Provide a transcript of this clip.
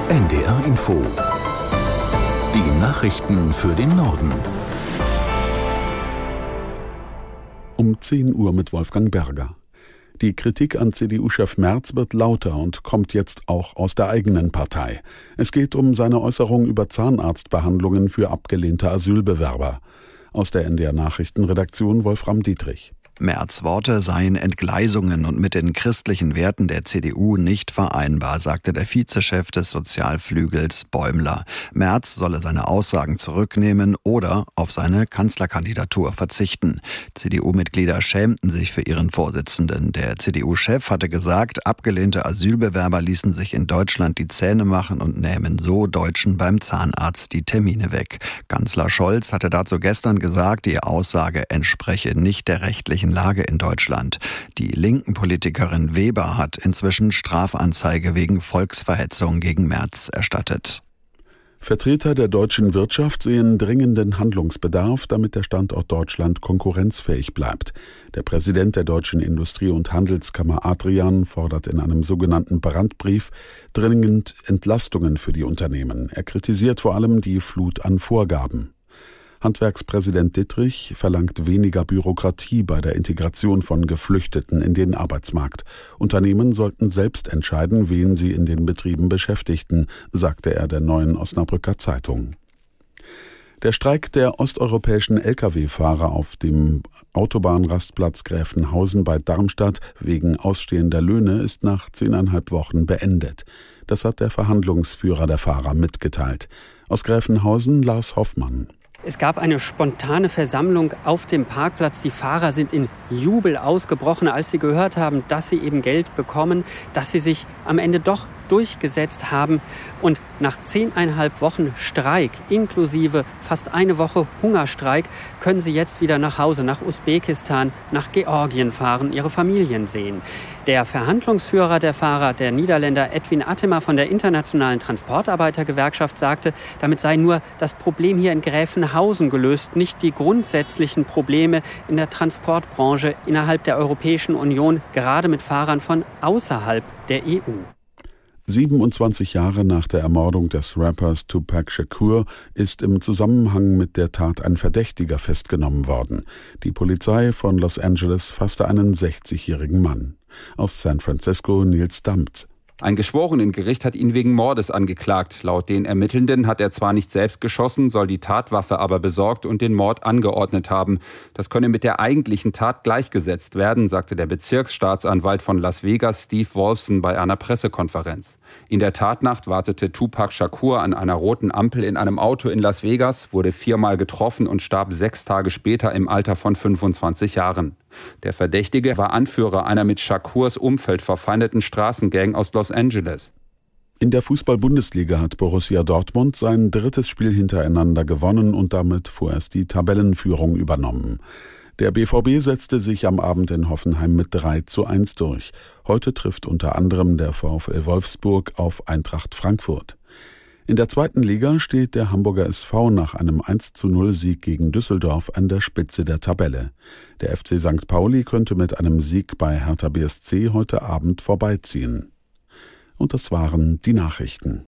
NDR Info. Die Nachrichten für den Norden. Um 10 Uhr mit Wolfgang Berger. Die Kritik an CDU-Chef Merz wird lauter und kommt jetzt auch aus der eigenen Partei. Es geht um seine Äußerung über Zahnarztbehandlungen für abgelehnte Asylbewerber. Aus der NDR Nachrichtenredaktion Wolfram Dietrich. Merz' Worte seien Entgleisungen und mit den christlichen Werten der CDU nicht vereinbar, sagte der Vizechef des Sozialflügels Bäumler. Merz solle seine Aussagen zurücknehmen oder auf seine Kanzlerkandidatur verzichten. CDU-Mitglieder schämten sich für ihren Vorsitzenden. Der CDU-Chef hatte gesagt, abgelehnte Asylbewerber ließen sich in Deutschland die Zähne machen und nähmen so Deutschen beim Zahnarzt die Termine weg. Kanzler Scholz hatte dazu gestern gesagt, die Aussage entspreche nicht der rechtlichen Lage in Deutschland. Die linken Politikerin Weber hat inzwischen Strafanzeige wegen Volksverhetzung gegen Merz erstattet. Vertreter der deutschen Wirtschaft sehen dringenden Handlungsbedarf, damit der Standort Deutschland konkurrenzfähig bleibt. Der Präsident der Deutschen Industrie- und Handelskammer Adrian fordert in einem sogenannten Brandbrief dringend Entlastungen für die Unternehmen. Er kritisiert vor allem die Flut an Vorgaben. Handwerkspräsident Dittrich verlangt weniger Bürokratie bei der Integration von Geflüchteten in den Arbeitsmarkt. Unternehmen sollten selbst entscheiden, wen sie in den Betrieben beschäftigten, sagte er der Neuen Osnabrücker Zeitung. Der Streik der osteuropäischen Lkw-Fahrer auf dem Autobahnrastplatz Gräfenhausen bei Darmstadt wegen ausstehender Löhne ist nach 10,5 Wochen beendet. Das hat der Verhandlungsführer der Fahrer mitgeteilt. Aus Gräfenhausen Lars Hoffmann. Es gab eine spontane Versammlung auf dem Parkplatz. Die Fahrer sind in Jubel ausgebrochen, als sie gehört haben, dass sie eben Geld bekommen, dass sie sich am Ende doch durchgesetzt haben. Und nach 10,5 Wochen Streik, inklusive fast eine Woche Hungerstreik, können sie jetzt wieder nach Hause, nach Usbekistan, nach Georgien fahren, ihre Familien sehen. Der Verhandlungsführer der Fahrer, der Niederländer Edwin Attema von der Internationalen Transportarbeitergewerkschaft, sagte, damit sei nur das Problem hier in Gräfenhausen gelöst, nicht die grundsätzlichen Probleme in der Transportbranche innerhalb der Europäischen Union, gerade mit Fahrern von außerhalb der EU. 27 Jahre nach der Ermordung des Rappers Tupac Shakur ist im Zusammenhang mit der Tat ein Verdächtiger festgenommen worden. Die Polizei von Los Angeles fasste einen 60-jährigen Mann. Aus San Francisco Nils Damptz. Ein Geschworenengericht hat ihn wegen Mordes angeklagt. Laut den Ermittelnden hat er zwar nicht selbst geschossen, soll die Tatwaffe aber besorgt und den Mord angeordnet haben. Das könne mit der eigentlichen Tat gleichgesetzt werden, sagte der Bezirksstaatsanwalt von Las Vegas, Steve Wolfson, bei einer Pressekonferenz. In der Tatnacht wartete Tupac Shakur an einer roten Ampel in einem Auto in Las Vegas, wurde 4-mal getroffen und starb 6 Tage später im Alter von 25 Jahren. Der Verdächtige war Anführer einer mit Shakurs Umfeld verfeindeten Straßengang aus Los Angeles. In der Fußball-Bundesliga hat Borussia Dortmund sein 3. Spiel hintereinander gewonnen und damit vorerst die Tabellenführung übernommen. Der BVB setzte sich am Abend in Hoffenheim mit 3:1 durch. Heute trifft unter anderem der VfL Wolfsburg auf Eintracht Frankfurt. In der 2. Liga steht der Hamburger SV nach einem 1:0-Sieg gegen Düsseldorf an der Spitze der Tabelle. Der FC St. Pauli könnte mit einem Sieg bei Hertha BSC heute Abend vorbeiziehen. Und das waren die Nachrichten.